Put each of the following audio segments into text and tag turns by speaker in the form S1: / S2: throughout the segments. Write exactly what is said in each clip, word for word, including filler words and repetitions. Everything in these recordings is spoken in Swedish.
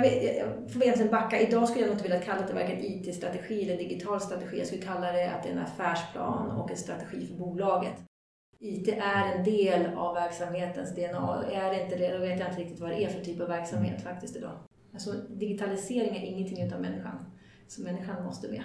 S1: jag, vet, jag får egentligen backa. Idag skulle jag nog inte vilja kalla det varken I T-strategi eller digital strategi. Jag skulle kalla det att det är en affärsplan och en strategi för bolaget. I T är en del av verksamhetens D N A. Är det inte det, då vet jag inte riktigt vad det är för typ av verksamhet faktiskt idag. Alltså digitalisering är ingenting utan människan. Så människan måste med.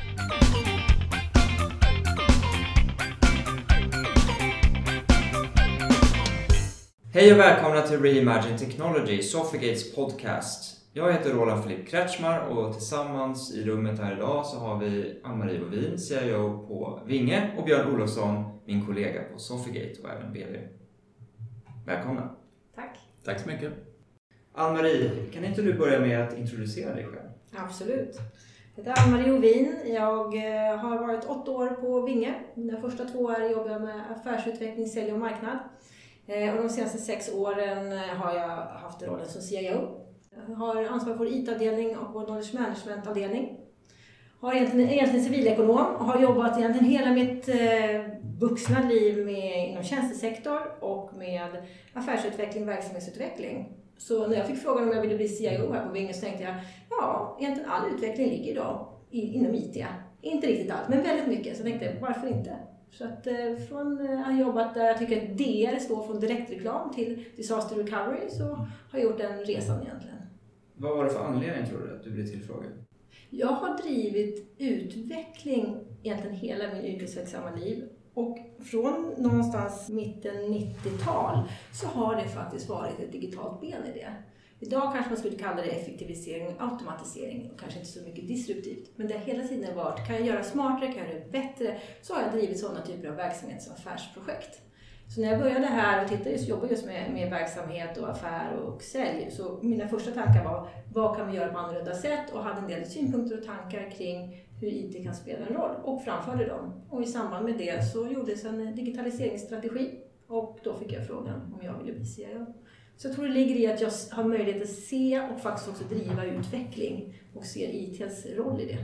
S2: Hej och välkomna till Reimagine Technology, Sofygates podcast. Jag heter Roland Filip Kretschmar och tillsammans i rummet här idag så har vi Ann-Marie Wovin, C I O på Vinge, och Björn Olofsson, min kollega på Sofygate och även V D. Välkomna.
S1: Tack.
S3: Tack så mycket.
S2: Ann-Marie, kan inte du börja med att introducera dig själv?
S1: Absolut. Jag heter Ann-Marie Wovin. Jag har varit åtta år på Vinge. Mina första två år jobbade jag med affärsutveckling, sälj och marknad. Och de senaste sex åren har jag haft rollen som C I O. Jag har ansvar för I T-avdelning och vår knowledge management-avdelning. Har egentligen, egentligen civilekonom och har jobbat egentligen hela mitt eh, vuxna liv med, inom tjänstesektor och med affärsutveckling, verksamhetsutveckling. Så när jag fick frågan om jag ville bli C I O här på Vinge så tänkte jag, ja, egentligen all utveckling ligger idag i, inom I T. Inte riktigt allt, men väldigt mycket. Så jag tänkte, varför inte? Så att eh, från att ha jobbat där jag tycker att D R står från direktreklam till disaster recovery så har jag gjort den resan egentligen.
S2: Vad var det för anledning tror du att du blev tillfrågad?
S1: Jag har drivit utveckling egentligen hela min yrkesverksamma liv. Och från någonstans mitten nittiotal så har det faktiskt varit ett digitalt ben i det. Idag kanske man skulle kalla det effektivisering, automatisering och kanske inte så mycket disruptivt. Men det har hela tiden varit, kan jag göra smartare, kan jag göra bättre, så har jag drivit sådana typer av verksamhet som affärsprojekt. Så när jag började här och tittade just, jobbade just med, med verksamhet och affär och sälj, så mina första tankar var, vad kan vi göra på annorlunda sätt? Och hade en del synpunkter och tankar kring hur I T kan spela en roll och framförde dem. Och i samband med det så gjordes en digitaliseringsstrategi och då fick jag frågan om jag ville bli C I O. Så jag tror det ligger i att jag har möjlighet att se och faktiskt också driva utveckling och ser I T:s roll i det.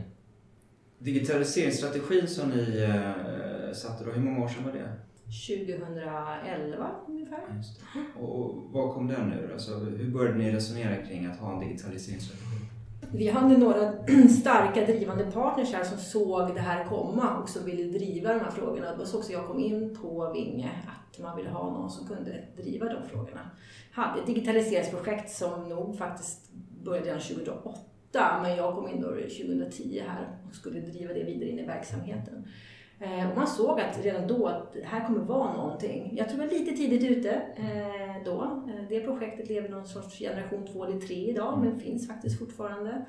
S2: Digitaliseringsstrategin som ni eh, satte då, hur många år sedan var det?
S1: tjugohundraelva ungefär.
S2: Just det. Och vad kom den ur? Alltså, hur började ni resonera kring att ha en digitaliseringsstrategi?
S1: Vi hade några starka drivande partners här som såg det här komma och som ville driva de här frågorna. Det var så också jag kom in på Vinge, att man ville ha någon som kunde driva de frågorna. Hade ett digitaliseringsprojekt som nog faktiskt började redan tjugohundraåtta, men jag kom in då tjugohundratio här och skulle driva det vidare in i verksamheten. Och man såg att redan då att det här kommer vara någonting. Jag tror jag var lite tidigt ute då. Det projektet lever någon sorts generation två eller tre idag, men finns faktiskt fortfarande.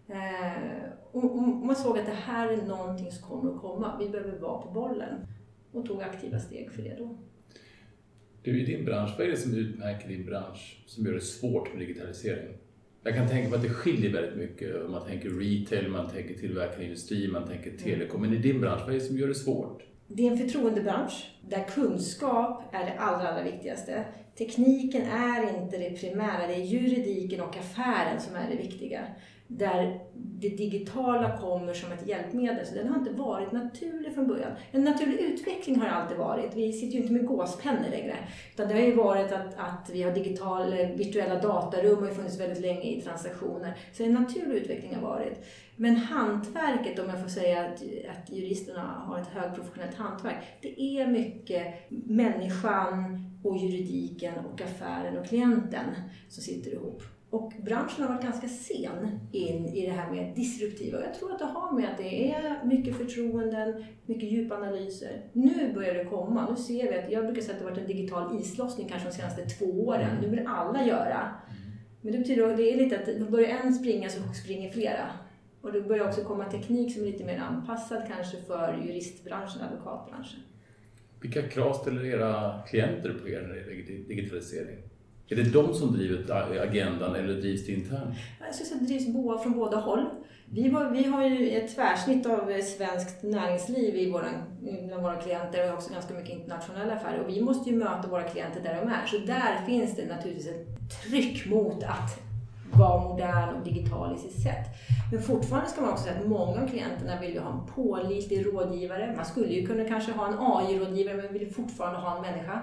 S1: Och man såg att det här är någonting som kommer att komma. Vi behöver vara på bollen och tog aktiva steg för det då.
S3: Du, i din bransch, vad är det som utmärker din bransch som gör det svårt med digitalisering? Jag kan tänka mig att det skiljer väldigt mycket om man tänker retail, man tänker tillverkande industri, man tänker telekom. Men i din bransch, vad är det som gör det svårt?
S1: Det är en förtroendebransch där kunskap är det allra, allra viktigaste. Tekniken är inte det primära, det är juridiken och affären som är det viktiga. Där det digitala kommer som ett hjälpmedel, så den har inte varit naturlig från början. En naturlig utveckling har det alltid varit. Vi sitter ju inte med gåspennor längre. Utan det har ju varit att, att vi har digital, virtuella datarum och har funnits väldigt länge i transaktioner. Så en naturlig utveckling har varit. Men hantverket, om jag får säga att, att juristerna har ett högprofessionellt hantverk, det är mycket människan och juridiken och affären och klienten som sitter ihop. Och branschen har varit ganska sen in i det här med disruptiva. Och jag tror att det har med att det är mycket förtroenden, mycket djupanalyser. Nu börjar det komma. Nu ser vi att, jag brukar säga att det har varit en digital islossning kanske de senaste två åren. Nu vill alla göra. Men det betyder att det är lite att då börjar en springa så springer flera. Och det börjar också komma teknik som är lite mer anpassad kanske för juristbranschen, advokatbranschen. Vilka
S3: krav ställer era klienter på er när det är digitalisering? Är det de som driver agendan eller drivs det internt?
S1: Jag skulle säga att det drivs båda, från båda håll. Vi har, vi har ju ett tvärsnitt av svenskt näringsliv i våra, bland våra klienter och också ganska mycket internationella affärer. Och vi måste ju möta våra klienter där de är. Så där finns det naturligtvis ett tryck mot att vara modern och digital i sitt sätt. Men fortfarande ska man också säga att många av klienterna vill ju ha en pålitlig rådgivare. Man skulle ju kunna kanske ha en A I-rådgivare men vill fortfarande ha en människa.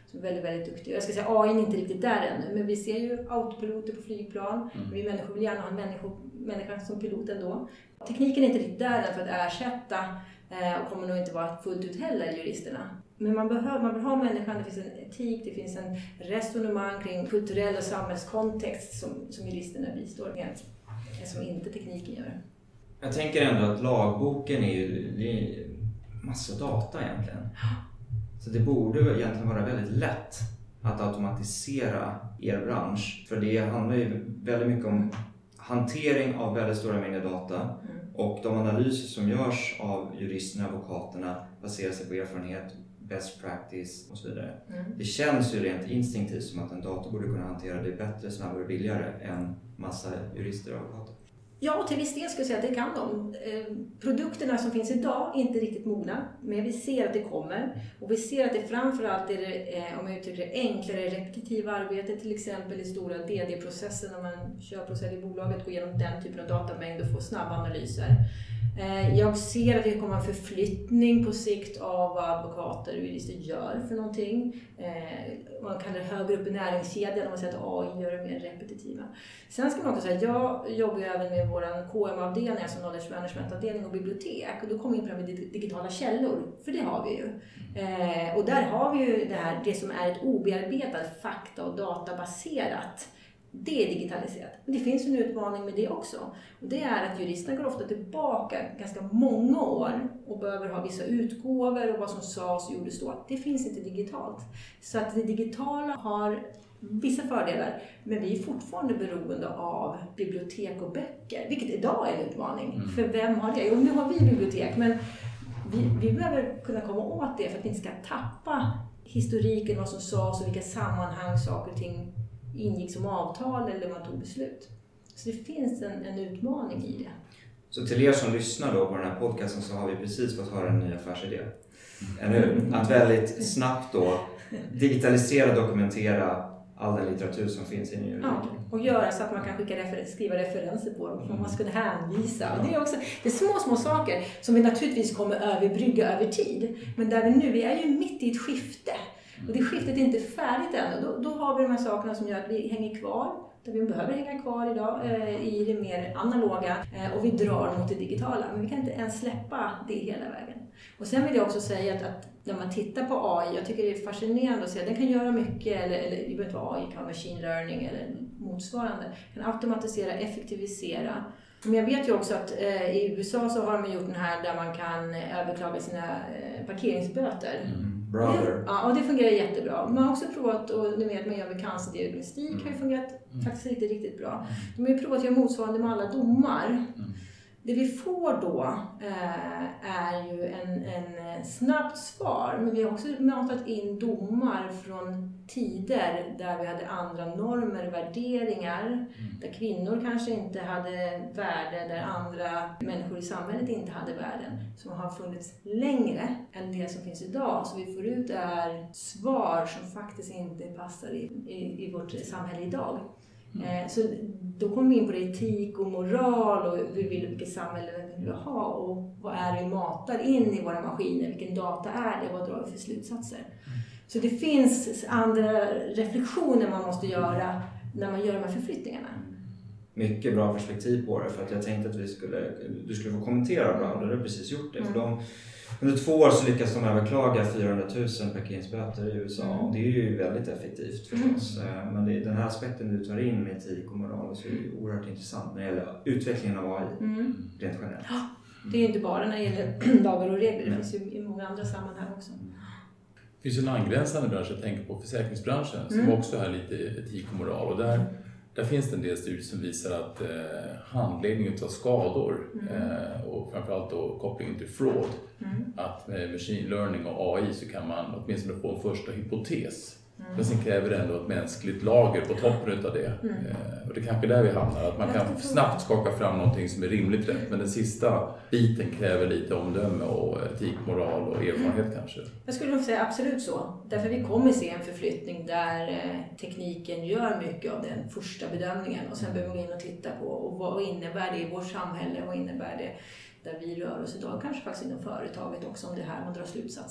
S1: som är väldigt, väldigt duktiga. Jag ska säga A I är inte riktigt där ännu, men vi ser ju autopiloter på flygplan. Mm. Vi människor vill gärna ha en människa, människa som pilot ändå. Tekniken är inte riktigt där för att ersätta eh, och kommer nog inte vara fullt ut heller juristerna. Men man behöver, man vill ha människan, det finns en etik, det finns en resonemang kring kulturell och samhällskontext som, som juristerna bistår med, som inte tekniken gör.
S2: Jag tänker ändå att lagboken är ju det är massa data egentligen. Så det borde egentligen vara väldigt lätt att automatisera er bransch. För det handlar ju väldigt mycket om hantering av väldigt stora mängder data. Mm. Och de analyser som görs av juristerna och advokaterna baserar sig på erfarenhet, best practice och så vidare. Mm. Det känns ju rent instinktivt som att en dator borde kunna hantera det bättre, snabbare och billigare än massa jurister och advokater.
S1: Ja, till viss del skulle jag säga att det kan de. Eh, produkterna som finns idag är inte riktigt mogna, men vi ser att det kommer. Och vi ser att det framförallt är det, eh, om jag uttrycker det, enklare repetitiva arbete, till exempel i stora D D-processer när man köper och säljer bolaget, går igenom den typen av datamängd och får snabba analyser. Eh, jag ser att det kommer en förflyttning på sikt av vad advokater och jurister gör för någonting. Eh, man kallar det högre upp i näringskedjan om man säger att A I gör det mer repetitiva. Sen ska man också säga att jag jobbar ju även med vår K M-avdelning, alltså knowledge management-avdelning och bibliotek. Och då kommer vi in på det med digitala källor, för det har vi ju. Eh, och där har vi ju det här, det som är ett obearbetat fakta- och databaserat. Det är digitaliserat. Men det finns en utmaning med det också. Och det är att juristerna går ofta tillbaka ganska många år och behöver ha vissa utgåvor och vad som sades och gjordes då. Det finns inte digitalt. Så att det digitala har vissa fördelar, men vi är fortfarande beroende av bibliotek och böcker. Vilket idag är en utmaning. Mm. För vem har det? Jo, nu har vi bibliotek, men vi, vi behöver kunna komma åt det för att vi inte ska tappa historiken, vad som sades och vilka sammanhang saker och ting ingick som avtal eller man tog beslut. Så det finns en, en utmaning i det.
S2: Så till er som lyssnar då på den här podcasten så har vi precis fått höra en ny affärsidé. Mm. Att väldigt snabbt då digitalisera och dokumentera all den litteratur som finns i juridiken.
S1: Ja, och göra så att man kan skicka refer- skriva referenser på dem, mm. man skulle hänvisa. Och det är också det är små, små saker som vi naturligtvis kommer överbrygga över tid. Men där vi nu, vi är ju mitt i ett skifte. Och det skiftet är inte färdigt än. Och då, då har vi de här sakerna som gör att vi hänger kvar. Där vi behöver hänga kvar idag eh, i det mer analoga. Eh, och vi drar mot det digitala. Men vi kan inte ens släppa det hela vägen. Och sen vill jag också säga att, att när man tittar på A I. Jag tycker det är fascinerande att se att den kan göra mycket. Eller, eller det behöver inte vara A I, det kan vara machine learning eller motsvarande. Kan automatisera, effektivisera. Men jag vet ju också att eh, i U S A så har de gjort den här där man kan överklaga sina eh, parkeringsböter. Mm.
S2: Brother.
S1: Ja, och det fungerar jättebra. Man har också provat, och nu vet man gör med cancerdiagnostik mm. har ju fungerat mm. faktiskt riktigt, riktigt bra. De har ju provat att göra motsvarande med alla domar. Mm. Det vi får då eh, är ju en, en snabbt svar, men vi har också matat in domar från tider där vi hade andra normer, värderingar, mm. där kvinnor kanske inte hade värde, där andra människor i samhället inte hade värden, som har funnits längre än det som finns idag. Så vi får ut är svar som faktiskt inte passar i, i, i vårt samhälle idag. Mm. Så då kommer vi in på det etik och moral och vi vill vilket samhälle vi vill ha och vad är det vi matar in i våra maskiner, vilken data är det, vad drar vi för slutsatser. Mm. Så det finns andra reflektioner man måste göra när man gör de här förflyttningarna.
S2: Mycket bra perspektiv på det, för att jag tänkte att vi skulle, du skulle få kommentera bra, och du har precis gjort det. Mm. För de, under två år så lyckas de överklaga fyrahundratusen parkeringsböter i U S A. Mm. Och det är ju väldigt effektivt förstås. Mm. Men det, den här aspekten du tar in med etik och moral så är ju oerhört intressant när det gäller utvecklingen av A I mm. rent generellt.
S1: Ja, det är ju inte bara när det gäller lagar och regler, det mm. finns ju i många andra sammanhang också.
S3: Det finns ju en angränsande bransch, jag tänker på försäkringsbranschen, som mm. också har lite etik och moral. Och där, där finns det en del studier som visar att eh, handledning av skador mm. eh, och framförallt då kopplingen till fraud, mm. att med machine learning och A I så kan man åtminstone få en första hypotes. Mm. Men sen kräver det ändå ett mänskligt lager på toppen av det. Mm. Eh, och det är kanske där vi hamnar, att man kan snabbt skaka fram någonting som är rimligt rätt. Men den sista biten kräver lite omdöme och etik, moral och erfarenhet mm. kanske.
S1: Jag skulle nog säga absolut så. Därför vi kommer se en förflyttning där eh, tekniken gör mycket av den första bedömningen. Och sen behöver vi gå in och titta på och vad innebär det i vårt samhälle, vad innebär det där vi rör oss idag. Kanske faktiskt inom företaget också, om det här man drar slutsatser.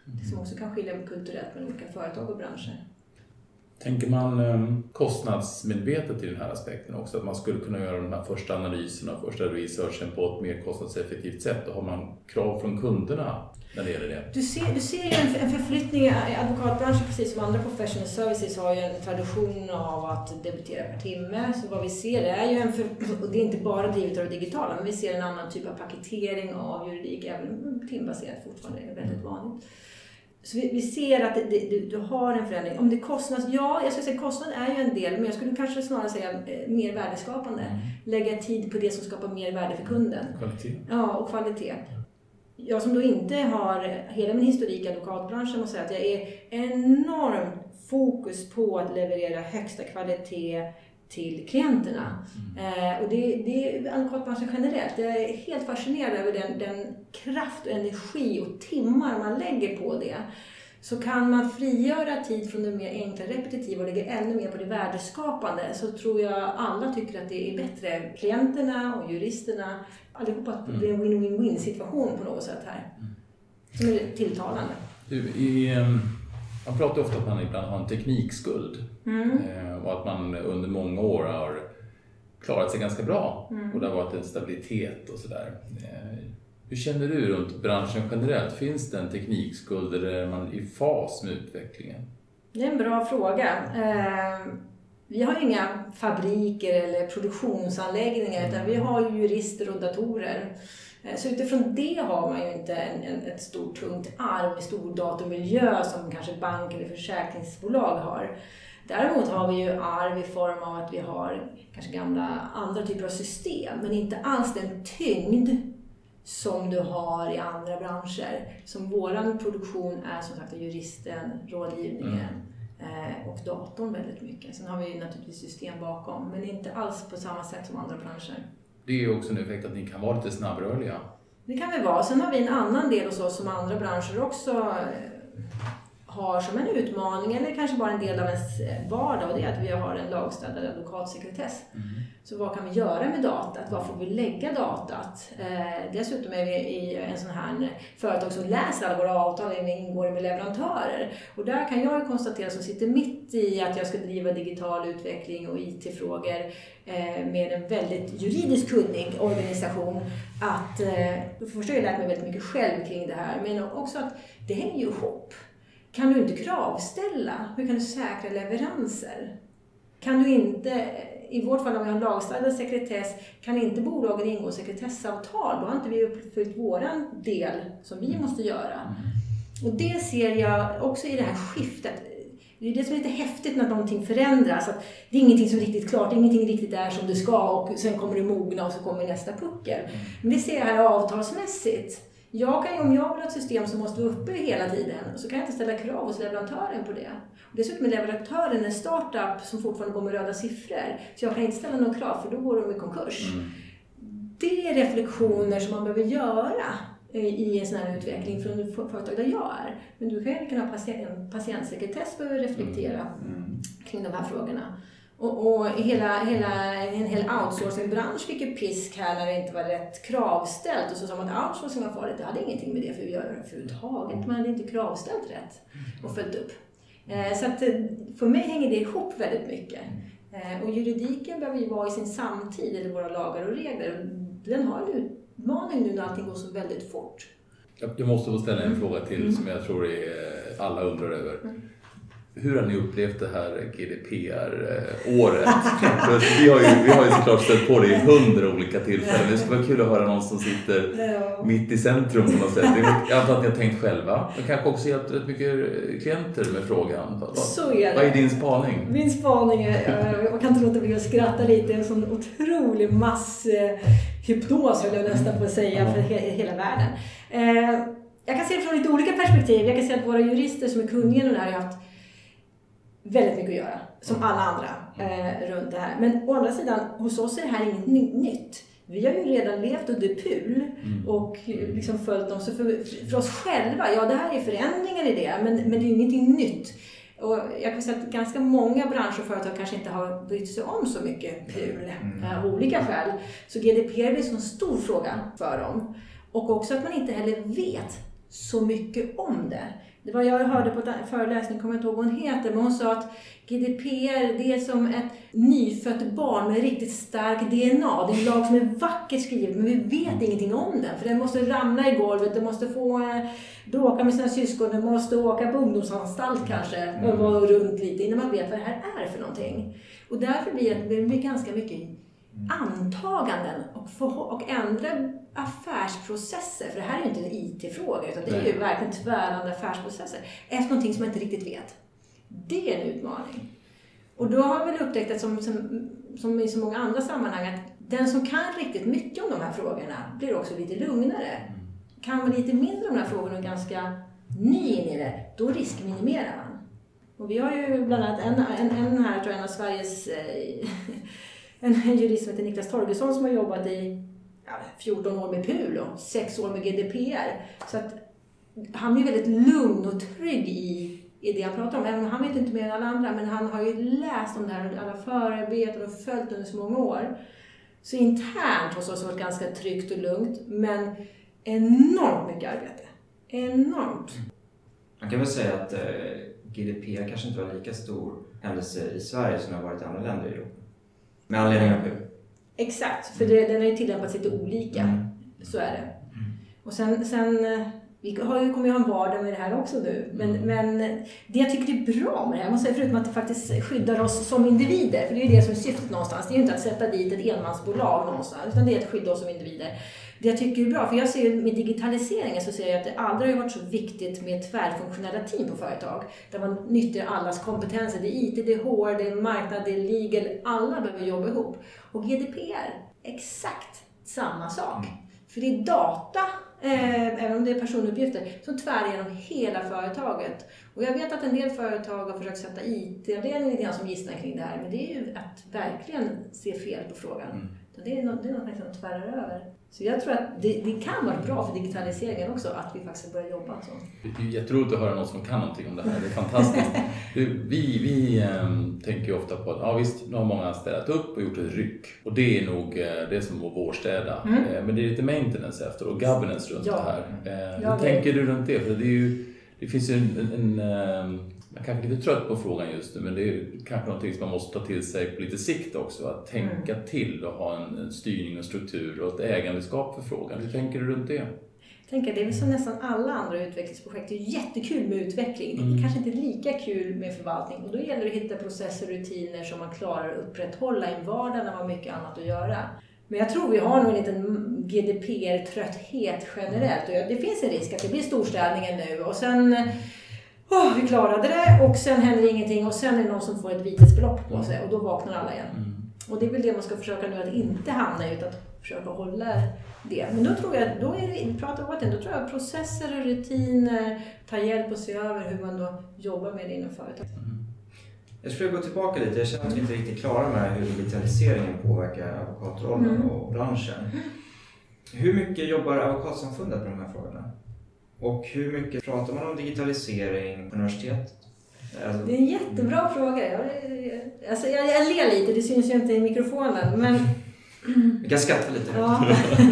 S1: Det som också kan skilja kulturellt mellan olika företag och branscher.
S3: Tänker man um, kostnadsmedvetet i den här aspekten också? Att man skulle kunna göra de här första analyserna och första researchen på ett mer kostnadseffektivt sätt. Och har man krav från kunderna när det gäller det? Du
S1: ser, du ser ju en, en förflyttning i advokatbranschen, precis som andra professional services har ju en tradition av att debitera per timme. Så vad vi ser är ju en, för, och det är inte bara drivet av det digitala, men vi ser en annan typ av paketering av juridik, även timbaserat fortfarande är väldigt vanligt. Så vi, vi ser att det, det, du har en förändring. Om det kostnads, ja, jag skulle säga kostnad är ju en del, men jag skulle kanske snarare säga eh, mer värdeskapande. Mm. Lägga tid på det som skapar mer värde för kunden.
S3: Kvalitet.
S1: Ja, och kvalitet. Jag som då inte har hela min historik i advokatbranschen måste säga att jag är enormt fokus på att leverera högsta kvalitet till klienterna. Mm. Eh, och det, det är advokatbranschen generellt. Jag är helt fascinerad över den, den kraft och energi och timmar man lägger på det. Så kan man frigöra tid från det mer enkla repetitiva och lägga ännu mer på det värdeskapande, så tror jag alla tycker att det är bättre. Klienterna och juristerna, allihopa, att det blir en win-win-win situation på något sätt här. Som är tilltalande.
S3: Du, i... Man pratar ofta om att man ibland har en teknikskuld mm. och att man under många år har klarat sig ganska bra mm. och det har varit en stabilitet och sådär. Hur känner du runt branschen generellt? Finns det en teknikskuld eller är man i fas med utvecklingen?
S1: Det är en bra fråga. Vi har inga fabriker eller produktionsanläggningar utan vi har ju jurister och datorer. Så utifrån det har man ju inte en, en, ett stort tungt arv i stor datormiljö som kanske bank eller försäkringsbolag har. Däremot har vi ju arv i form av att vi har kanske gamla andra typer av system, men inte alls den tyngd som du har i andra branscher. Som våran produktion är som sagt juristen, rådgivningen mm. och datorn väldigt mycket. Sen har vi ju naturligtvis system bakom, men inte alls på samma sätt som andra branscher.
S3: Det är ju också en effekt att ni kan vara lite snabbrörliga.
S1: Det kan vi vara. Sen har vi en annan del hos oss som andra branscher också har som en utmaning, eller kanske bara en del av ens vardag, och det är att vi har en lagstadgad advokatsekretess. Mm. Så vad kan vi göra med datat? Var får vi lägga datat? Eh, dessutom är vi i en sån här företag som läser alla våra avtal, vi ingår med leverantörer. Och där kan jag konstatera, som sitter mitt i att jag ska driva digital utveckling och I T-frågor eh, med en väldigt juridiskt kunnig organisation, att eh, först har jag lärt mig väldigt mycket själv kring det här, men också att det hänger ju ihop. Kan du inte kravställa? Hur kan du säkra leveranser? Kan du inte, i vårt fall om vi har lagstadgad sekretess, kan inte bolagen ingå sekretessavtal? Då har inte vi uppfyllt våran del som vi måste göra. Och det ser jag också i det här skiftet. Det är det som är lite häftigt när någonting förändras. Att det är ingenting som är riktigt klart, ingenting riktigt är som det ska, och sen kommer det mogna och så kommer nästa puckel. Men det ser jag här avtalsmässigt. Jag kan ju, om jag vill ha ett system som måste vara uppe hela tiden, så kan jag inte ställa krav hos leverantören på det. Och dessutom är leverantören en startup som fortfarande går med röda siffror. Så jag kan inte ställa några krav, för då går de i konkurs. Mm. Det är reflektioner som man behöver göra i en sån här utveckling från ett företag där jag är. Men du kan ju kunna ha patient, patientsekretess behöver reflektera mm. kring de här frågorna. Och, och hela, hela, en hel outsourcingbransch fick ju pisk här när det inte var rätt kravställt. Och så sa man att outsourcing var farligt. Det hade ingenting med det för att göra överhuvudtaget. Man hade inte kravställt rätt och följt upp. Eh, så att för mig hänger det ihop väldigt mycket. Eh, och juridiken behöver ju vara i sin samtid, eller våra lagar och regler. Den har en utmaning nu när allting går så väldigt fort.
S3: Jag måste få ställa en fråga till mm. som jag tror är alla undrar över. Mm. Hur har ni upplevt det här G D P R-året? vi, har ju, vi har ju såklart stött på det i hundra olika tillfällen. Det skulle vara kul att höra någon som sitter ja. mitt i centrum på något sätt. Jag antar att ni har tänkt själva. Men kanske också hjälpt rätt mycket klienter med frågan. Vad,
S1: Så är det.
S3: Vad är din spaning?
S1: Min spaning är, jag kan inte låta bli att skratta lite, en sån otrolig masshypnos höll jag nästan på att säga för he- hela världen. Eh, jag kan se det från lite olika perspektiv. Jag kan se att våra jurister som är kunniga nu har haft väldigt mycket att göra, som alla andra eh, runt det här. Men å andra sidan, hos oss är det här inget nytt. Vi har ju redan levt under pul och liksom följt dem. Så för, för oss själva, ja det här är förändringar i det, men, men det är ju ingenting nytt. Och jag kan säga att ganska många branscher och företag kanske inte har brytt sig om så mycket pul av mm. olika skäl. Så G D P R blir en sån stor fråga för dem. Och också att man inte heller vet så mycket om det. Det var jag hörde på en föreläsning, kommer jag inte ihåg vad hon heter, men hon sa att G D P R det är som ett nyfött barn med riktigt stark D N A. Det är en lag som är vackert skriven, men vi vet ingenting om den. För den måste ramla i golvet, den måste få bråka med sina syskon, den måste åka på ungdomsanstalt kanske och vara runt lite innan man vet vad det här är för någonting. Och därför blir det, det blir ganska mycket antaganden och, för, och ändra affärsprocesser. För det här är ju inte en I T-fråga utan det är ju verkligen tvärande affärsprocesser efter någonting som man inte riktigt vet. Det är en utmaning. Och då har vi väl upptäckt att som, som, som i så många andra sammanhang att den som kan riktigt mycket om de här frågorna blir också lite lugnare. Kan man lite mindre om de här frågorna och ganska ny in i det, då riskminimerar man. Och vi har ju bland annat en, en, en här, tror jag, en av Sveriges en jurist som heter Niklas Torgesson som har jobbat i ja, fjorton år med P U L och sex år med G D P R. Så att han blir väldigt lugn och trygg i, i det han pratar om. Även om han vet inte mer än alla andra, men han har ju läst om det här alla förarbeten och följt under så många år. Så internt hos oss har det varit ganska tryggt och lugnt, men enormt mycket arbete. Enormt.
S2: Man kan väl säga att eh, G D P R kanske inte var lika stor händelse i Sverige som det har varit i andra länder i Europa. Med anledning av P U L.
S1: Exakt, för det, den har ju tillämpats lite olika. Mm. Så är det. Och sen, sen vi har ju, kommer ju ha en vardag med det här också nu. Men, mm. men det jag tycker är bra med det här, jag måste säga, förutom att det faktiskt skyddar oss som individer. För det är ju det som är syftet någonstans. Det är ju inte att sätta dit ett enmansbolag någonstans. Utan det är att skydda oss som individer. Det jag tycker är bra, för jag ser med digitaliseringen så ser jag att det aldrig har varit så viktigt med tvärfunktionella team på företag. Där man nyttjar allas kompetenser. Det är I T, det är H R, det är marknad, det är legal. Alla behöver jobba ihop. Och G D P R, exakt samma sak. För det är data, eh, även om det är personuppgifter, som tvär genom hela företaget. Och jag vet att en del företag har försökt sätta I T-avdelningen lite grann som gisslan kring det här. Men det är ju att verkligen se fel på frågan. Mm. Så det är något, det är något som tvärrar över. Så jag tror att det, det kan vara bra för digitaliseringen också att vi faktiskt börjar jobba så.
S3: Det är jätteroligt att höra någon som kan någonting om det här. Det är fantastiskt. vi vi ähm, tänker ju ofta på att ja, visst, nu har många städat upp och gjort ett ryck. Och det är nog äh, det som att vårstäda. Mm. Äh, men det är lite maintenance efter och governance runt ja. det här. Äh, ja, hur det... tänker du runt det? För det, är ju, det finns ju en... en, en äh, man kanske är lite trött på frågan just nu, men det är kanske någonting som man måste ta till sig på lite sikt också. Att tänka mm. till och ha en, en styrning och struktur och ett ägandeskap för frågan. Hur tänker du runt det?
S1: Jag tänker, det är väl som nästan alla andra utvecklingsprojekt. Det är jättekul med utveckling. Det är mm. kanske inte lika kul med förvaltning. Och då gäller det att hitta processer och rutiner som man klarar att upprätthålla i en vardag när man har mycket annat att göra. Men jag tror vi har nog en liten G D P R-trötthet generellt. Och det finns en risk att det blir storstädningen nu. Och sen... Oh, vi klarade det och sen händer ingenting och sen är det någon som får ett vitesbelopp på sig och då vaknar alla igen. Mm. Och det är väl det man ska försöka nu att inte hamna utan att försöka hålla det. Men då tror jag, då är det, vi pratar om det, då tror jag processer och rutiner tar hjälp och se över hur man då jobbar med det inom företaget.
S2: Mm. Jag skulle gå tillbaka lite, jag känner att vi inte riktigt klara med hur digitaliseringen påverkar advokatrollen mm. och branschen. Hur mycket jobbar advokatsamfundet med de här frågorna? Och hur mycket pratar man om digitalisering på universitetet? Alltså...
S1: Det är en jättebra mm. fråga. Jag, alltså, jag, jag ler lite, det syns ju inte i mikrofonen. Men...
S2: Vi kan skratta lite.
S1: Ja.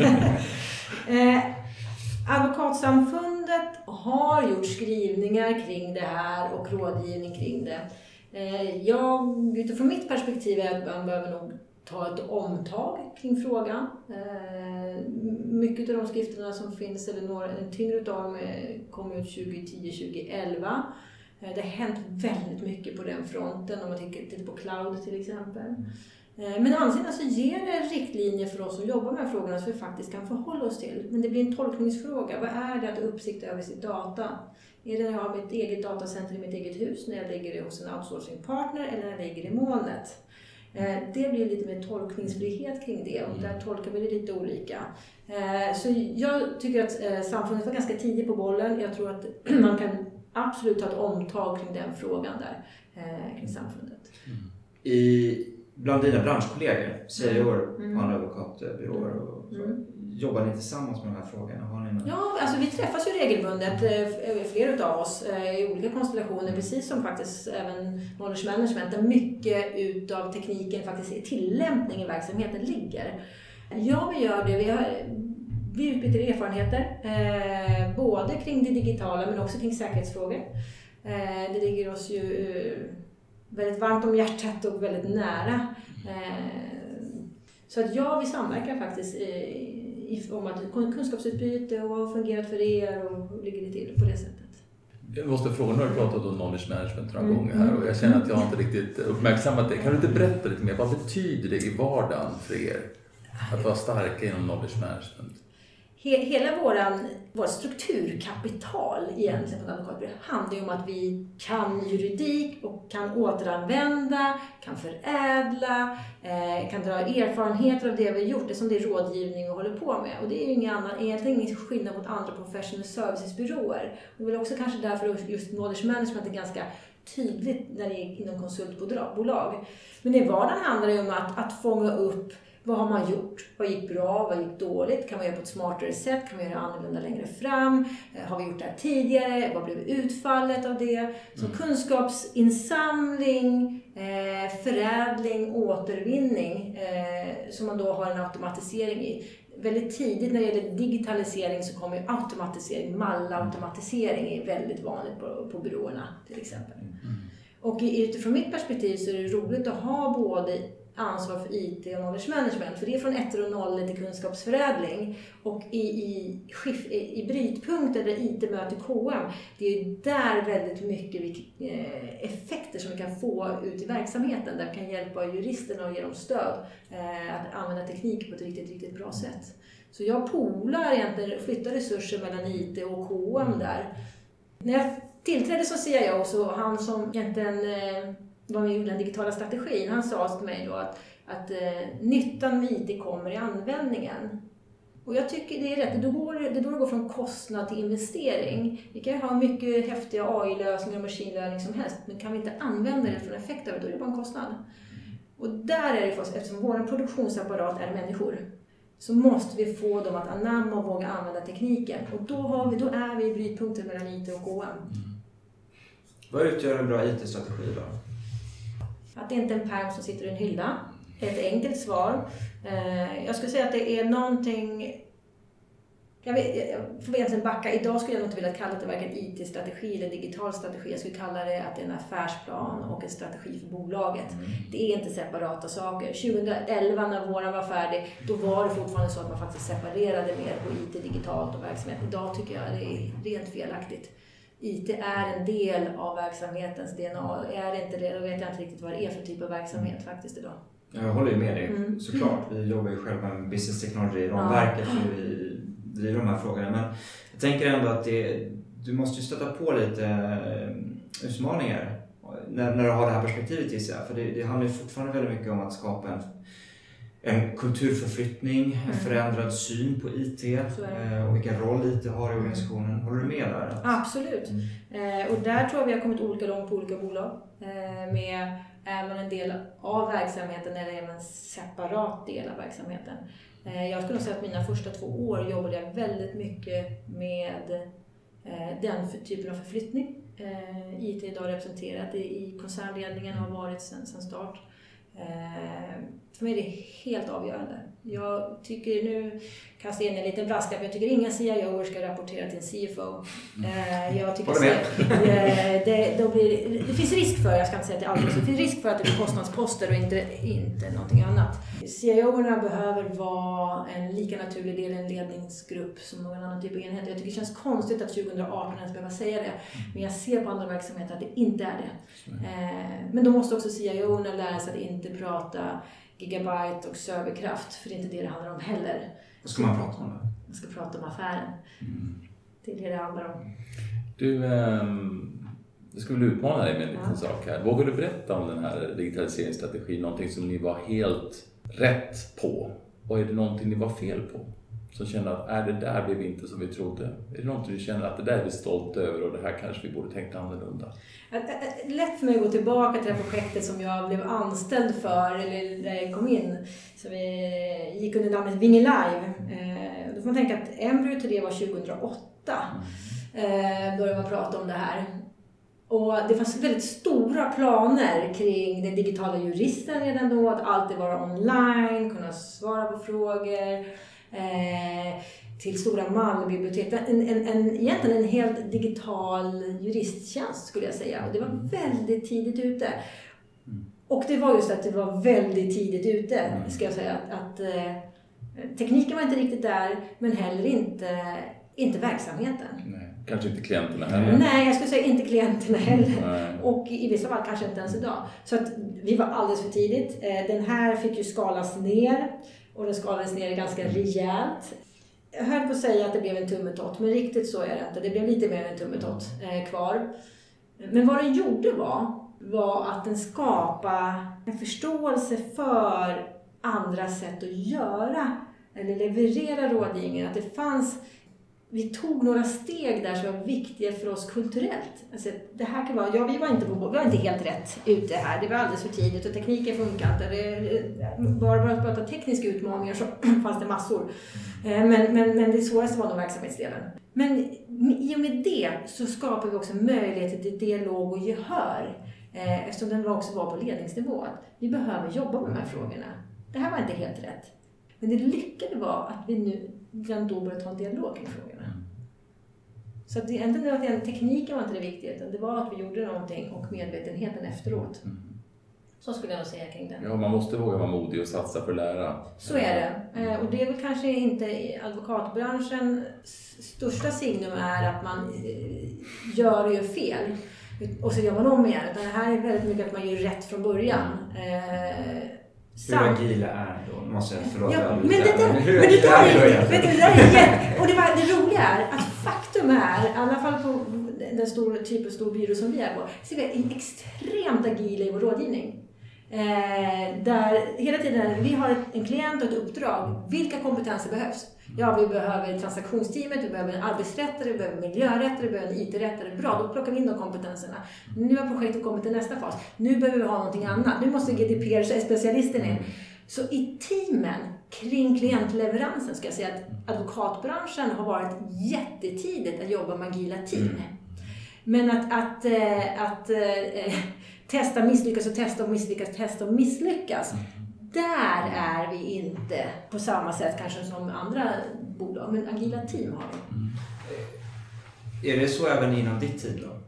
S1: eh, Advokatsamfundet har gjort skrivningar kring det här och rådgivning kring det. Eh, jag, utifrån mitt perspektiv är att man behöver nog ta ett omtag kring frågan. Eh, mycket av de skrifterna som finns, eller några, en tyngre av dem kom ut tjugo tio till tjugo elva. Eh, det har hänt väldigt mycket på den fronten om man tittar på cloud till exempel. Eh, men ansidan så ger det riktlinjer för oss som jobbar med frågorna så vi faktiskt kan förhålla oss till. Men det blir en tolkningsfråga. Vad är det att ha uppsikt över sitt data? Är det när jag har mitt eget datacenter i mitt eget hus, när jag lägger det hos en outsourcingpartner eller när jag lägger det i molnet? Det blir lite mer tolkningsfrihet kring det och där tolkar vi det lite olika. Så jag tycker att samfundet var ganska tidigt på bollen. Jag tror att man kan absolut ta ett omtag kring den frågan där, kring samfundet.
S2: I, bland dina branschkollegor, C E O mm. på andra advokatbyråer och så, mm. jobbar ni tillsammans med de här frågorna? Har ni någon...
S1: Ja, alltså vi träffas ju regelbundet, flera av oss i olika konstellationer, precis som faktiskt även knowledge management, där mycket utav tekniken faktiskt i tillämpning i verksamheten ligger. Ja, vi gör det. Vi har vi utbyter erfarenheter, eh, både kring det digitala men också kring säkerhetsfrågor. Eh, det ligger oss ju eh, väldigt varmt om hjärtat och väldigt nära. Eh, så att ja, vi samverkar faktiskt i, i, om att kunskapsutbyte och vad fungerat för er och hur ligger det till på det sättet.
S3: Jag måste fråga, nu har du pratat om knowledge management några mm. gånger här och jag känner att jag inte riktigt uppmärksammat det. Kan du inte berätta lite mer, vad betyder det i vardagen för er att vara starka inom knowledge management?
S1: Hela våran, vårt strukturkapital egentligen på advokatbyrå handlar ju om att vi kan juridik och kan återanvända, kan förädla, eh, kan dra erfarenheter av det vi har gjort, det som det är rådgivning och håller på med. Och det är ju ingen annan, egentligen ingen skillnad mot andra professional services-byråer. Och det är också kanske därför just knowledge management är ganska tydligt när det är inom konsultbolag. Men i vardagen handlar det om att, att fånga upp vad har man gjort? Vad gick bra? Vad gick dåligt? Kan man göra på ett smartare sätt? Kan man göra annorlunda längre fram? Har vi gjort det här tidigare? Vad blev utfallet av det? Så mm. kunskapsinsamling, eh, förädling, återvinning eh, som man då har en automatisering i. Väldigt tidigt när det gäller digitalisering så kommer automatisering, mallautomatisering är väldigt vanligt på, på byråerna till exempel. Mm. Och utifrån mitt perspektiv så är det roligt att ha både ansvar för I T och knowledge management. För det är från ettor och nollor till kunskapsförädling. Och i, i, i, i brytpunkter där I T möter K M, det är ju där väldigt mycket effekter som vi kan få ut i verksamheten. Där vi kan hjälpa juristerna och ge dem stöd att använda teknik på ett riktigt, riktigt bra sätt. Så jag polar egentligen, flyttar resurser mellan I T och K M där. När jag tillträdde som C I O så han som egentligen var med i den digitala strategin, han sa till mig då att, att eh, nyttan med I T kommer i användningen. Och jag tycker det är rätt, det går, det då går från kostnad till investering. Vi kan ju ha mycket häftiga A I-lösningar och machine learning som helst, men kan vi inte använda det för en effekt av det, då är det bara en kostnad. Och där är det för oss, eftersom vår produktionsapparat är människor, så måste vi få dem att anamma och våga använda tekniken. Och då, har vi, då är vi i brytpunkten mellan I T och K M.
S2: Mm. Vad utgör en bra I T-strategi då?
S1: Att det inte är en pärm som sitter i en hylla. Ett enkelt svar. Jag skulle säga att det är någonting... Jag, vet, jag får egentligen backa. Idag skulle jag nog inte vilja kalla det varken I T-strategi eller digital strategi. Jag skulle kalla det att det är en affärsplan och en strategi för bolaget. Mm. Det är inte separata saker. tjugoelva när våran var färdig, då var det fortfarande så att man faktiskt separerade mer på I T, digitalt och verksamhet. Idag tycker jag det är rent felaktigt. I T är en del av verksamhetens D N A. Är det inte det, då vet jag inte riktigt vad det är för typ av verksamhet faktiskt idag.
S2: Jag håller ju med dig, mm. såklart. Vi jobbar ju själva med business technology, ramverket, ja. Så vi driver de här frågorna. Men jag tänker ändå att det, du måste ju stöta på lite utmaningar när, när du har det här perspektivet i sig. För det, det handlar ju fortfarande väldigt mycket om att skapa en En kulturförflyttning, en mm. förändrad syn på I T eh, och vilken roll I T har i organisationen. Håller du med där?
S1: Absolut. Mm. Eh, och där tror jag vi har kommit olika långt på olika bolag. Eh, med, är man en del av verksamheten eller är man en separat del av verksamheten? Eh, jag skulle säga att mina första två år jobbade jag väldigt mycket med eh, den för, typen av förflyttning. Eh, I T idag representerat i, i koncernledningen har varit sedan start. Eh, för mig är det helt avgörande. Jag tycker nu, kastar in en liten brasklapp, jag tycker inga C I O ska rapportera till en C F O. Eh, jag tycker så, eh, det, då blir, det finns risk för, jag ska inte säga att det alltid, det finns risk för att det blir kostnadsposter och inte, inte någonting annat. C I O-erna behöver vara en lika naturlig del i en ledningsgrupp som någon annan typ av enhet. Jag tycker det känns konstigt att tjugoarton ens behöver säga det. Men jag ser på andra verksamheter att det inte är det. Eh, men då måste också C I O-erna lära sig att inte prata gigabyte och serverkraft, för det är inte det det handlar om heller.
S2: Vad ska man prata om då?
S1: Man ska prata om affären. Mm. Det är det det handlar om.
S3: Du, ähm, jag skulle utmana dig med en liten ja. sak här. Vågar du berätta om den här digitaliseringsstrategin? Någonting som ni var helt rätt på? Och är det någonting ni var fel på? Som känner att är det där blev inte som vi trodde? Är det någonting du känner att det där är vi stolta över och det här kanske vi borde tänkt annorlunda?
S1: Lätt för mig att gå tillbaka till det här projektet som jag blev anställd för eller när jag kom in. Så vi gick under namnet Vinge Live. Då får man tänka att embryo till det var tjugohundraåtta. Började man prata om det här. Och det fanns väldigt stora planer kring den digitala juristen redan då. Att alltid vara online, kunna svara på frågor. Eh, till stora Malmöbibliotek. En, en, en, egentligen en helt digital juristtjänst skulle jag säga. Och det var väldigt tidigt ute. Mm. Och det var just att det var väldigt tidigt ute, mm. ska jag säga. Att, att eh, tekniken var inte riktigt där, men heller inte, inte verksamheten.
S3: Nej, kanske inte klienterna heller.
S1: Nej, jag skulle säga inte klienterna heller. Nej. Och i vissa fall kanske inte ens idag. Så att vi var alldeles för tidigt. Den här fick ju skalas ner. Och den skalades ner ganska rejält. Jag höll på att säga att det blev en tummetott, men riktigt så är det inte. Det blev lite mer än en tummetott eh, kvar. Men vad den gjorde var, var att den skapade en förståelse för andra sätt att göra eller leverera rådgivningen. Att det fanns, vi tog några steg där som var viktiga för oss kulturellt. Alltså, det här kan vara, ja, vi var inte på, vi var inte helt rätt ute här. Det var alldeles för tidigt och tekniken funkar inte. Det, bara för att prata tekniska utmaningar så fanns det massor. Men, men, men det svåraste var nog verksamhetsdelen. Men i och med det så skapar vi också möjligheter till dialog och gehör. Eftersom den också var på ledningsnivå. Vi behöver jobba med de här frågorna. Det här var inte helt rätt. Men det lyckade var att vi nu redan då började ta en dialog kring frågorna. Så att det inte var att tekniken var inte det viktiga, utan det var att vi gjorde någonting och medvetenheten efteråt. Mm. Så skulle jag nog säga kring det.
S3: Ja, man måste våga vara modig och satsa för att lära.
S1: Så är det. Och det är väl kanske inte i advokatbranschen största signum är att man gör och gör fel. Och så gör man om igen. Utan det här är väldigt mycket att man gör rätt från början. Mm.
S2: Hur agila är då? Måste jag förlåta.
S1: Ja, men det där, men det där är, vet du, det där är jätte, och det, var, det roliga är att faktum är, i alla fall på den stora typ av stor byrå som vi är på, så är vi extremt agila i vår rådgivning. Eh, där hela tiden, vi har en klient och ett uppdrag. Vilka kompetenser behövs? Ja, vi behöver transaktionsteamet, vi behöver en arbetsrättare, vi behöver miljörättare, vi behöver en I T-rättare. Bra, då plockar vi in de kompetenserna. Nu har projektet kommit till nästa fas. Nu behöver vi ha någonting annat. Nu måste G D P R-specialisten in. Så i teamen kring klientleveransen ska jag säga att advokatbranschen har varit jättetidigt att jobba med agila team. Men att, att, att, att äh, testa, misslyckas och testa och misslyckas, testa och misslyckas. Där är vi inte på samma sätt kanske som andra bolag, men agila team har vi.
S2: Mm. Är det så även inom ditt team då?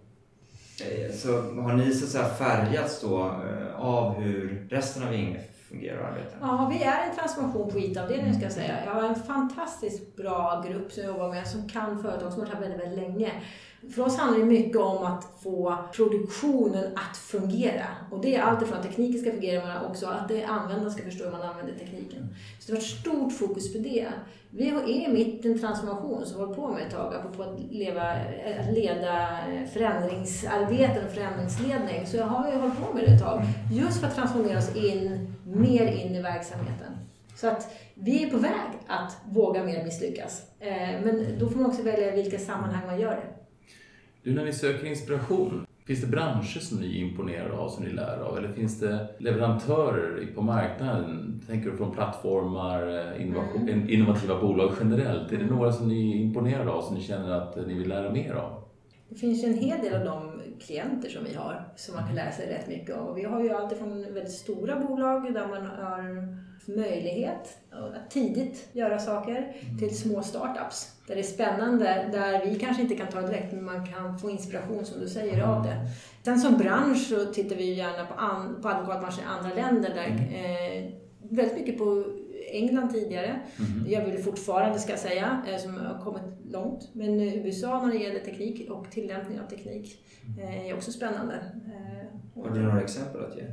S2: Så har ni så att säga färgats då av hur resten av Inge fungerar och arbetar?
S1: Ja, vi är en transformation på I T-avdelningen ska jag säga. Jag har en fantastiskt bra grupp som jag jobbar med som kan företag som har varit här väldigt, väldigt länge. För oss handlar det mycket om att få produktionen att fungera. Och det är allt ifrån att tekniken ska fungera men också att det användaren ska förstå hur man använder tekniken. Så det har varit stort fokus på det. Vi är mitt i en transformation som vi håller på med ett tag. På att, leva, att leda förändringsarbeten och förändringsledning. Så jag har ju hållit på med det ett tag. Just för att transformera oss in, mer in i verksamheten. Så att vi är på väg att våga mer misslyckas. Men då får man också välja vilka sammanhang man gör det.
S3: Du, när ni söker inspiration, finns det branscher som ni imponerar av, som ni lär av? Eller finns det leverantörer på marknaden? Tänker du från plattformar, innovation, mm. innovativa bolag generellt? Är det några som ni är imponerade av, som ni känner att ni vill lära mer av?
S1: Det finns ju en hel del av de klienter som vi har som man kan lära sig rätt mycket av. Vi har ju alltid från väldigt stora bolag där man har möjlighet att tidigt göra saker till små startups. Där det är spännande, där vi kanske inte kan ta direkt men man kan få inspiration som du säger av det. Sen som bransch så tittar vi gärna på, an, på advokatbranschen i andra länder. Där, eh, väldigt mycket på England tidigare. Mm. Det gör vi fortfarande ska jag säga, eh, som har kommit långt. Men U S A när det gäller teknik och tillämpning av teknik eh, är också spännande. Eh,
S2: Har du några exempel att ge?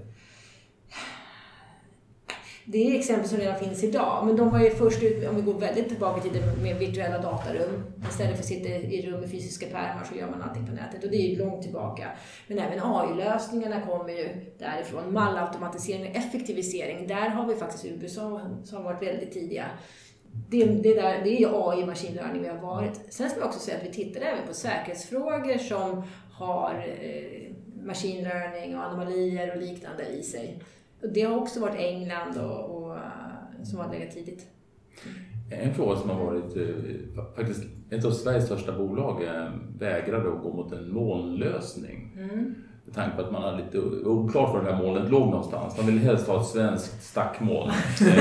S1: Det är exempel som redan finns idag, men de var ju först ut, om vi går väldigt tillbaka till det med virtuella datarum. Istället för att sitta i rum med fysiska pärmar så gör man allting på nätet och det är ju långt tillbaka. Men även A I-lösningarna kommer ju därifrån. Mallautomatisering och effektivisering, där har vi faktiskt U S A som har varit väldigt tidiga. Det, det, där, det är ju A I, machine learning vi har varit. Sen ska vi också säga att vi tittar även på säkerhetsfrågor som har eh, machine learning och anomalier och liknande i sig. Det har också varit England och, och, som har legat tidigt.
S3: En fråga som har varit faktiskt ett av Sveriges största bolag vägrade att gå mot en molnlösning. Mm. Med tanke på att man har lite oklart var det här målet låg någonstans. Man vill helst ha ett svenskt stackmål.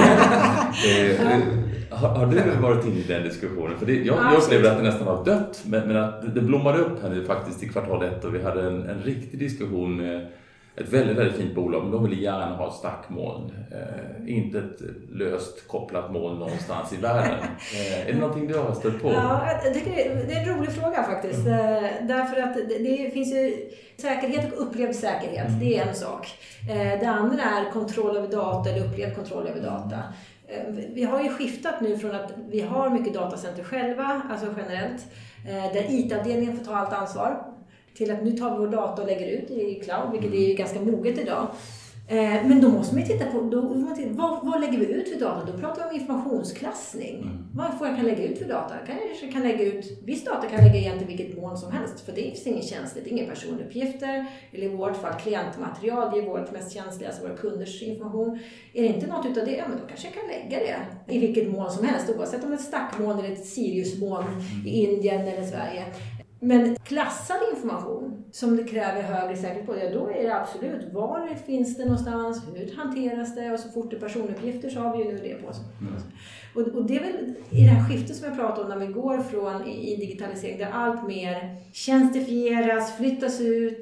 S3: eh, eh, har, har du varit inne i den diskussionen? För det, jag, jag upplevde att det nästan var dött. Men, men att det blommade upp här nu faktiskt i kvartal ett. Och vi hade en, en riktig diskussion med ett väldigt, väldigt fint bolag. Men de ville gärna ha ett stackmoln. Eh, inte ett löst kopplat moln någonstans i världen. Eh, är det någonting du har stött på?
S1: Ja, jag tycker det är en rolig fråga faktiskt. Mm. Därför att det, det finns ju säkerhet och upplevd säkerhet. Mm. Det är en sak. Eh, det andra är kontroll över data eller upplevd kontroll över data. Eh, vi har ju skiftat nu från att vi har mycket datacenter själva, alltså generellt. Eh, där I T-avdelningen får ta allt ansvar. Till att nu tar vi vår data och lägger ut i cloud, vilket är ju ganska moget idag. Eh, men då måste man titta på, då, vad, vad lägger vi ut för data? Då pratar vi om informationsklassning. Mm. Vad får jag kan lägga ut för data? Kanske kan lägga ut, viss data kan lägga egentligen vilket mål som helst. För det finns inget känsligt, inga personuppgifter. Eller i vårt fall klientmaterial, det är vårt mest känsliga, alltså våra kunders information. Är det inte något utav det, ja, men då kanske jag kan lägga det i vilket mål som helst. Oavsett om det är ett stackmoln eller ett Siriusmoln i Indien eller Sverige. Men klassad information som det kräver högre säkerhet på, ja, då är det absolut var finns det någonstans, hur hanteras det, och så fort det är personuppgifter så har vi ju nu det på oss. Mm. Och, och det är väl i det här skiftet som jag pratar om när vi går från i, i digitalisering där allt mer tjänstifieras, flyttas ut,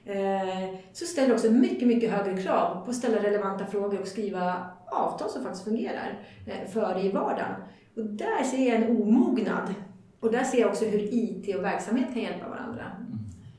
S1: eh, så ställer det också mycket, mycket högre krav på att ställa relevanta frågor och skriva avtal som faktiskt fungerar eh, för det i vardagen. Och där ser jag en omognad. Och där ser jag också hur I T och verksamhet kan hjälpa varandra. Mm.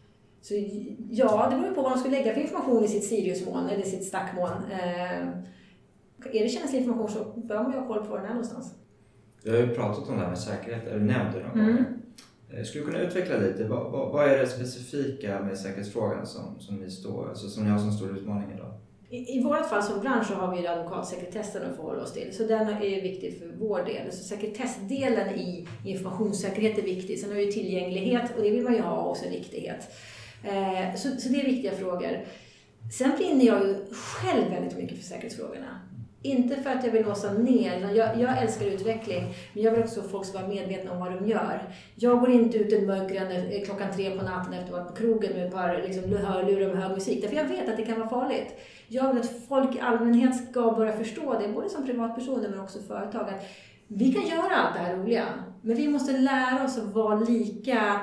S1: Så ja, det beror ju på vad de ska lägga för information i sitt Siriusmoln eller sitt stackmoln. Eh, är det känslig information så bör man ju ha koll på den här någonstans.
S2: Vi har ju pratat om det här med säkerhet, eller nämnt det någon mm. gång. Skulle du kunna utveckla lite, vad, vad, vad är det specifika med säkerhetsfrågan som, som, ni står, alltså som ni har som stor utmaning idag?
S1: I, I vårt fall som bransch så har vi advokatsekretessen att förhålla oss till. Så den är viktig för vår del. Så sekretessdelen i informationssäkerhet är viktig. Sen har vi tillgänglighet och det vill man ju ha, och så riktighet. Eh, så, så det är viktiga frågor. Sen brinner jag ju själv väldigt mycket för säkerhetsfrågorna. Inte för att jag vill låsa ner. Jag, jag älskar utveckling. Men jag vill också att folk ska vara medvetna om vad de gör. Jag går inte ut en mörkren klockan tre på natten efter att vara på krogen med ett par liksom, hörlurar med hög musik. Därför jag vet att det kan vara farligt. Jag vill att folk i allmänhet ska börja förstå det. Både som privatpersoner men också företag. Att vi kan göra allt det här roliga. Men vi måste lära oss att vara lika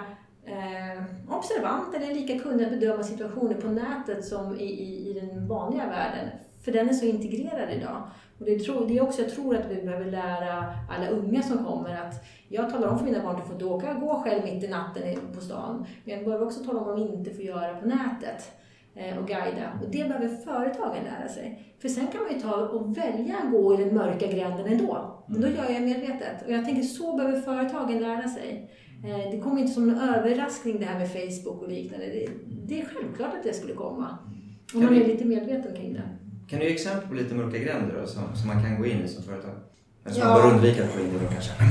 S1: eh, observant eller lika kunniga att bedöma situationer på nätet som i, i, i den vanliga världen. För den är så integrerad idag. Och det, tror, det är också, jag tror att vi behöver lära alla unga som kommer att jag talar om för mina barn att de får inte åka och gå själv mitt i natten på stan. Men jag behöver också tala om vad de inte får göra på nätet eh, och guida. Och det behöver företagen lära sig. För sen kan man ju ta och välja att gå i den mörka gränden ändå. Men då gör jag medvetet. Och jag tänker så behöver företagen lära sig. Eh, det kommer inte som en överraskning det här med Facebook och liknande. Det, det är självklart att det skulle komma. Om man är lite medveten kring det.
S2: Kan du ge exempel på lite mörka gränder då, som, som man kan gå in i som företag? Eller som
S1: ja.
S2: man bör undvika att gå in i då kanske?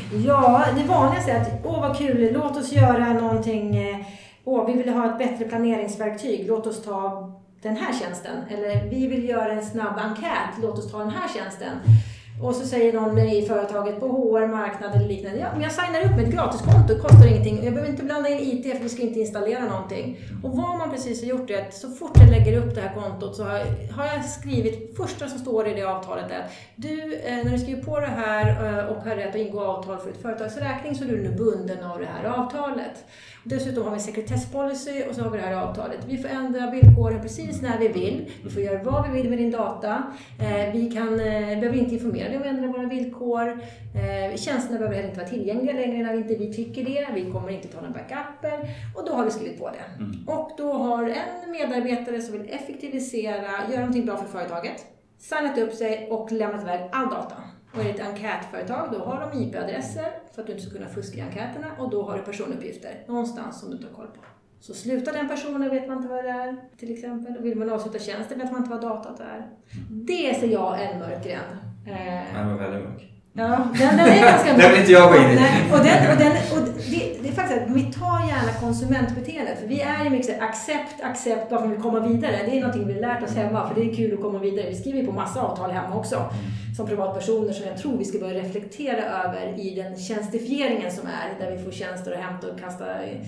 S1: Ja, det vanligaste är att åh vad kul, låt oss göra någonting. Åh, vi vill ha ett bättre planeringsverktyg, låt oss ta den här tjänsten. Eller vi vill göra en snabb enkät, låt oss ta den här tjänsten. Och så säger någon i företaget på H R, marknad eller liknande. Ja, men jag signar upp med ett gratiskonto, det kostar ingenting. Jag behöver inte blanda in I T för vi ska inte installera någonting. Och vad man precis har gjort är att så fort jag lägger upp det här kontot så har, har jag skrivit, första som står i det avtalet är att du, när du skriver på det här och har rätt att ingå avtal för ett företags räkning så är du nu bunden av det här avtalet. Och dessutom har vi en sekretesspolicy och så har vi det här avtalet. Vi får ändra villkoren precis när vi vill. Vi får göra vad vi vill med din data. Vi kan, behöver inte informera dig om att ändra våra villkor. Tjänsterna behöver heller inte vara tillgängliga längre när vi inte vi tycker det. Vi kommer inte ta några backuper. Och då har vi skrivit på det. Mm. Och då har en medarbetare som vill effektivisera, göra någonting bra för företaget, signat upp sig och lämnat iväg all data. Och är det ett enkätföretag, då har de I P-adresser för att du inte ska kunna fuska i enkäterna. Och då har du personuppgifter någonstans som du tar koll på. Så slutar den personen vet man inte vad det är, till exempel. Och vill man avsluta tjänsten vet man inte vad datat är. Det ser jag en mörk gränd.
S2: Den var väldigt mörk.
S1: Ja, den, den är ganska mörk.
S2: Den vill inte jag gå in i.
S1: Och, den, och, den, och det, det är faktiskt att vi tar gärna konsumentbeteendet. För vi är ju mycket accept, accept, bara för att vi komma vidare. Det är någonting vi har lärt oss hemma, för det är kul att komma vidare. Vi skriver på massa avtal hemma också. Som privatpersoner som jag tror vi ska börja reflektera över i den tjänstifieringen som är. Där vi får tjänster att hämta och kasta,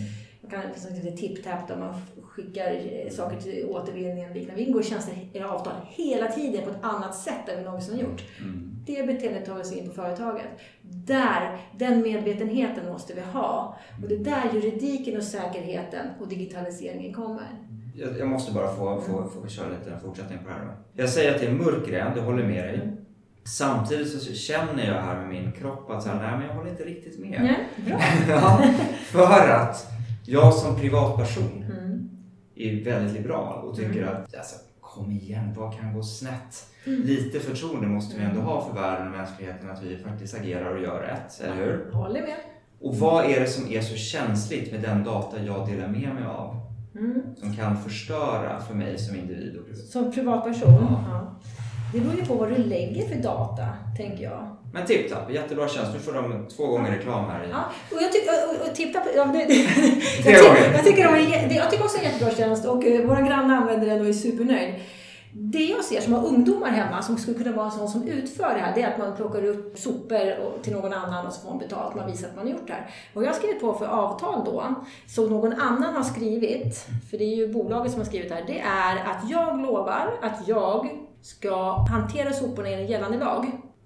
S1: kan säga tip-tap där man skickar saker till återvinning och liknande. Vi ingår tjänster i avtal hela tiden på ett annat sätt än vi någonsin har gjort. Mm. Det beteendet tar oss in på företaget. Där, den medvetenheten måste vi ha. Och det är där juridiken och säkerheten och digitaliseringen kommer.
S2: Jag, jag måste bara få, få, få köra lite en fortsättning på det här. Jag säger att det är mörkret, det håller med dig. Mm. Samtidigt så känner jag här med min kropp att så här, nej, men jag håller inte riktigt med.
S1: Nej, bra.
S2: Ja, för att jag som privatperson
S1: mm.
S2: är väldigt liberal och tycker
S1: mm.
S2: att alltså, kom igen, vad kan gå snett?
S1: Mm.
S2: Lite förtroende måste vi ändå ha för världen och mänskligheten att vi faktiskt agerar och gör rätt, eller hur?
S1: Jag håller med.
S2: Och vad är det som är så känsligt med den data jag delar med mig av?
S1: Mm.
S2: Som kan förstöra för mig som individ och privat.
S1: Som privatperson? Ja. Ja. Det beror ju på vad du lägger för data, tänker jag.
S2: Men TipTap, jättebra tjänst. Nu får de två gånger reklam här.
S1: Ja, och jag tycker och, och TipTap, ja, det,
S2: Tre
S1: jag,
S2: gånger.
S1: jag, tycker de är, jag tycker också det är en jättebra tjänst och uh, våra grannar använder den och är supernöjd. Det jag ser som har ungdomar hemma som skulle kunna vara en sån som utför det här, det är att man plockar upp sopor och, till någon annan och så får man betalt, man visar att man har gjort det här. Och jag har skrivit på för avtal då, så någon annan har skrivit, för det är ju bolaget som har skrivit det här, det är att jag lovar att jag ska hantera soporna i en gällande lag.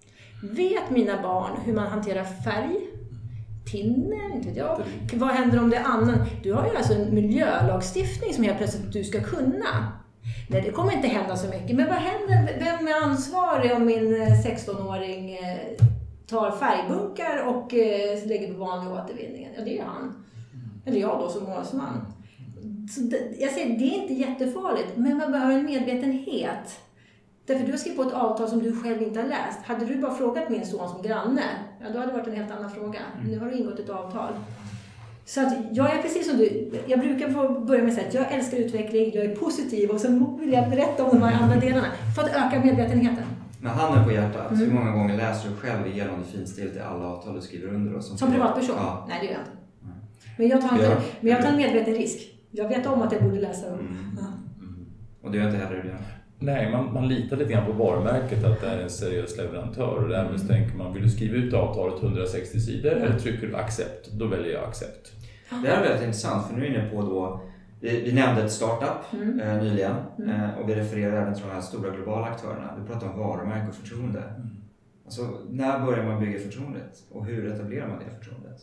S1: Vet mina barn hur man hanterar färg? Tinner, inte vet jag. Vad händer om det är annan? Du har ju alltså en miljölagstiftning som helt plötsligt du ska kunna. Nej, det kommer inte hända så mycket. Men vad händer? Vem är ansvarig om min sexton-åring tar färgbunkar och lägger på vanlig återvinningen? Ja, det är han. Eller jag då som målsman. Så det, jag säger, det är inte jättefarligt. Men man behöver en medvetenhet. Därför du har skrivit på ett avtal som du själv inte har läst. Hade du bara frågat min son som granne, ja, då hade det varit en helt annan fråga. Nu har du ingått ett avtal. Så att jag är precis som du. Jag brukar få börja med att säga att jag älskar utveckling, jag är positiv och sen vill jag berätta om de här andra delarna för att öka medvetenheten.
S2: Med handen på hjärtat,
S1: mm.
S2: hur många gånger läser du själv igenom det finstilt i alla avtal du skriver under? Och som
S1: som privatperson?
S2: Ja.
S1: Nej, det gör jag inte. Mm. Men, jag tar inte men jag tar en medveten risk. Jag vet om att jag borde läsa dem.
S2: Mm.
S1: Ja.
S2: Mm. Och det gör inte heller det?
S3: Nej, man, man litar lite grann på varumärket att det är en seriös leverantör och därmed mm. tänker man, vill du skriva ut avtalet hundrasextio sidor mm. eller trycker du accept? Då väljer jag accept.
S2: Det här är väldigt intressant för nu är ni inne på då, vi, vi nämnde ett startup mm. eh, nyligen mm. eh, och vi refererar även till de här stora globala aktörerna. Vi pratar om varumärke och förtroende. Mm. Alltså, när börjar man bygga förtroendet och hur etablerar man det förtroendet?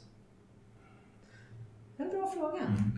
S1: En bra fråga.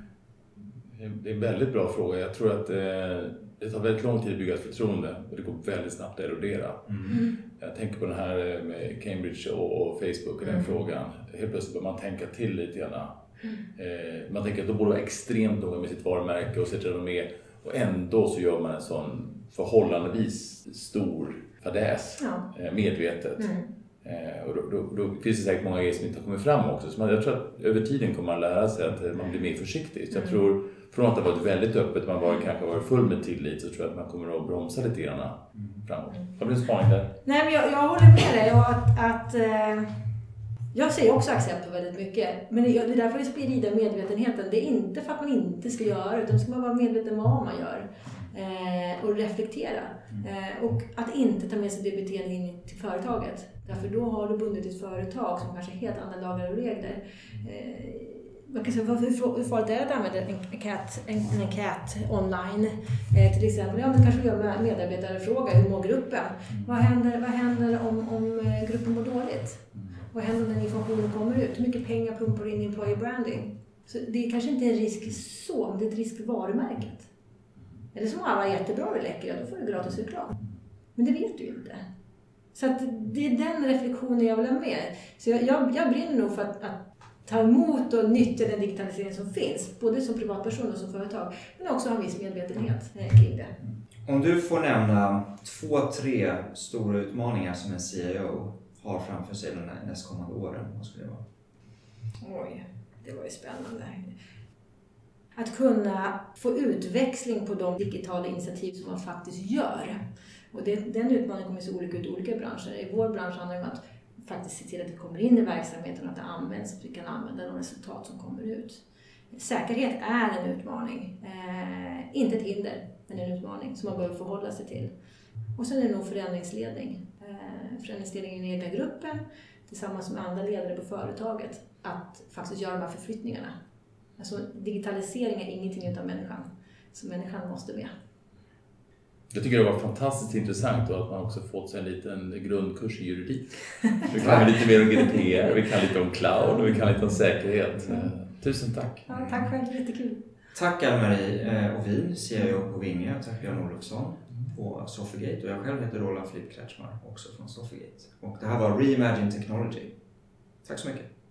S3: Mm. Det är en väldigt bra fråga. Jag tror att eh, det tar väldigt lång tid att bygga ett förtroende och det går väldigt snabbt att erodera. Mm. Jag tänker på den här med Cambridge och Facebook och den mm. frågan. Helt plötsligt bör man tänka till lite grann. Mm. Eh, man tänker att då borde vara extremt noga med sitt varumärke och sitt renommé. Och ändå så gör man en sån förhållandevis stor fadäs ja. eh, medvetet. Mm. Eh, och då, då, då finns det säkert många grejer som inte har kommit fram också. Så man, jag tror att över tiden kommer man lära sig att man blir mer försiktig. Så jag mm. tror från att det har varit väldigt öppet, man var, kanske varit full med tillit, så tror jag att man kommer att bromsa lite grann framåt. Vad blir en spaning där?
S1: Nej, men jag, jag håller med dig. Och att, att, eh, jag säger också accept väldigt mycket. Men det är därför vi sprider medvetenheten. Det är inte för att man inte ska göra, utan ska man vara medveten om vad man gör. Eh, och reflektera. Eh, och att inte ta med sig det beteendet in till företaget. Därför då har du bundit ett företag som kanske har helt andra lagar och regler. Eh, Man kan säga, hur farligt är det att använda en cat, en, en cat online? Eh, till exempel, ja, men kanske vi gör med medarbetarfråga, hur mår gruppen? Mm. Vad händer, vad händer om, om gruppen mår dåligt? Mm. Vad händer när informationen kommer ut? Hur mycket pengar pumpar in i employer branding? Så det är kanske inte en risk så, men det är ett risk för varumärket. Eller som alla är jättebra det läcker, då får du gratis reklam. Men det vet du inte. Så att det är den reflektionen jag vill ha med. Så jag, jag, jag brinner nog för att, att ta emot och nyttja den digitalisering som finns, både som privatperson och som företag, men också ha en viss medvetenhet kring det.
S2: Om du får nämna två, tre stora utmaningar som en C I O har framför sig de nästkommande åren, vad skulle det vara?
S1: Oj, det var ju spännande. Att kunna få utväxling på de digitala initiativ som man faktiskt gör. Och det, den utmaningen kommer se olika ut i olika branscher. I vår bransch handlar det om att faktiskt se till att det kommer in i verksamheten och att det används så att vi kan använda de resultat som kommer ut. Säkerhet är en utmaning. Eh, inte ett hinder, men en utmaning som man behöver förhålla sig till. Och sen är det nog förändringsledning. Eh, förändringsledning i den egna gruppen tillsammans med andra ledare på företaget. Att faktiskt göra de här förflyttningarna. Alltså digitalisering är ingenting utan människan. Så människan måste med.
S3: Jag tycker det var fantastiskt intressant och att man också fått sig en liten grundkurs i juridik. Vi kan lite mer om G D P R, vi kan lite om cloud och vi kan lite om säkerhet. Tusen tack.
S1: Ja, tack själv, jättekul.
S2: Tack Ann-Marie Ovin, C E O på Vinge, och tack Björn Olofsson på Sofigate. Och jag själv heter Roland Flipp Kretschmar, också från Sofigate. Och det här var Reimagine Technology. Tack så mycket.